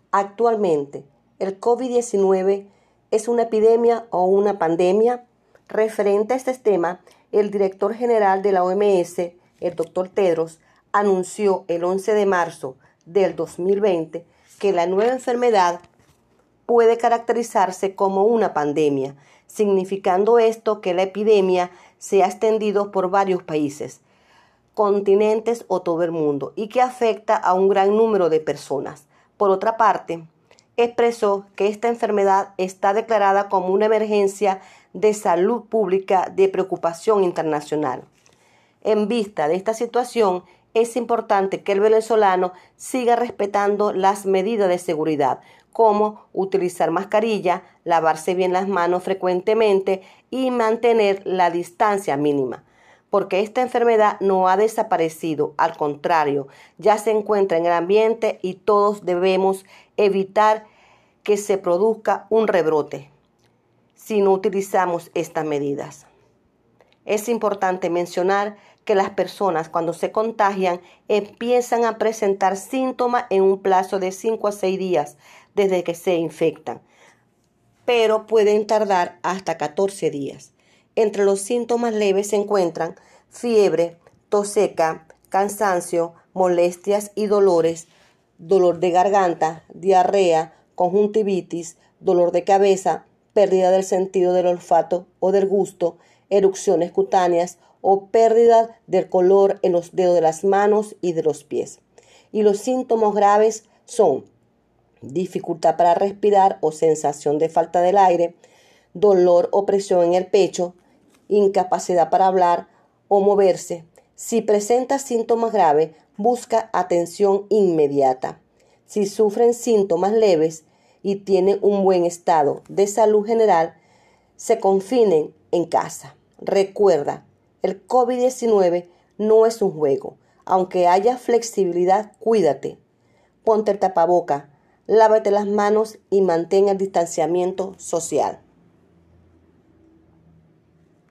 Actualmente, el COVID-19 es una epidemia o una pandemia. Referente a este tema, el director general de la OMS, el Dr. Tedros, anunció el 11 de marzo del 2020 que la nueva enfermedad puede caracterizarse como una pandemia, significando esto que la epidemia se ha extendido por varios países, continentes o todo el mundo y que afecta a un gran número de personas. Por otra parte, expresó que esta enfermedad está declarada como una emergencia de salud pública de preocupación internacional. En vista de esta situación, es importante que el venezolano siga respetando las medidas de seguridad, como utilizar mascarilla, lavarse bien las manos frecuentemente y mantener la distancia mínima, porque esta enfermedad no ha desaparecido, al contrario, ya se encuentra en el ambiente y todos debemos evitar que se produzca un rebrote si no utilizamos estas medidas. Es importante mencionar que las personas cuando se contagian empiezan a presentar síntomas en un plazo de 5 a 6 días desde que se infectan, pero pueden tardar hasta 14 días. Entre los síntomas leves se encuentran fiebre, tos seca, cansancio, molestias y dolores, dolor de garganta, diarrea, conjuntivitis, dolor de cabeza, pérdida del sentido del olfato o del gusto, erupciones cutáneas o pérdida del color en los dedos de las manos y de los pies. Y los síntomas graves son dificultad para respirar o sensación de falta del aire, dolor o presión en el pecho, incapacidad para hablar o moverse. Si presenta síntomas graves, busca atención inmediata. Si sufren síntomas leves y tienen un buen estado de salud general, se confinen en casa. Recuerda, el COVID-19 no es un juego. Aunque haya flexibilidad, cuídate. Ponte el tapaboca, lávate las manos y mantén el distanciamiento social.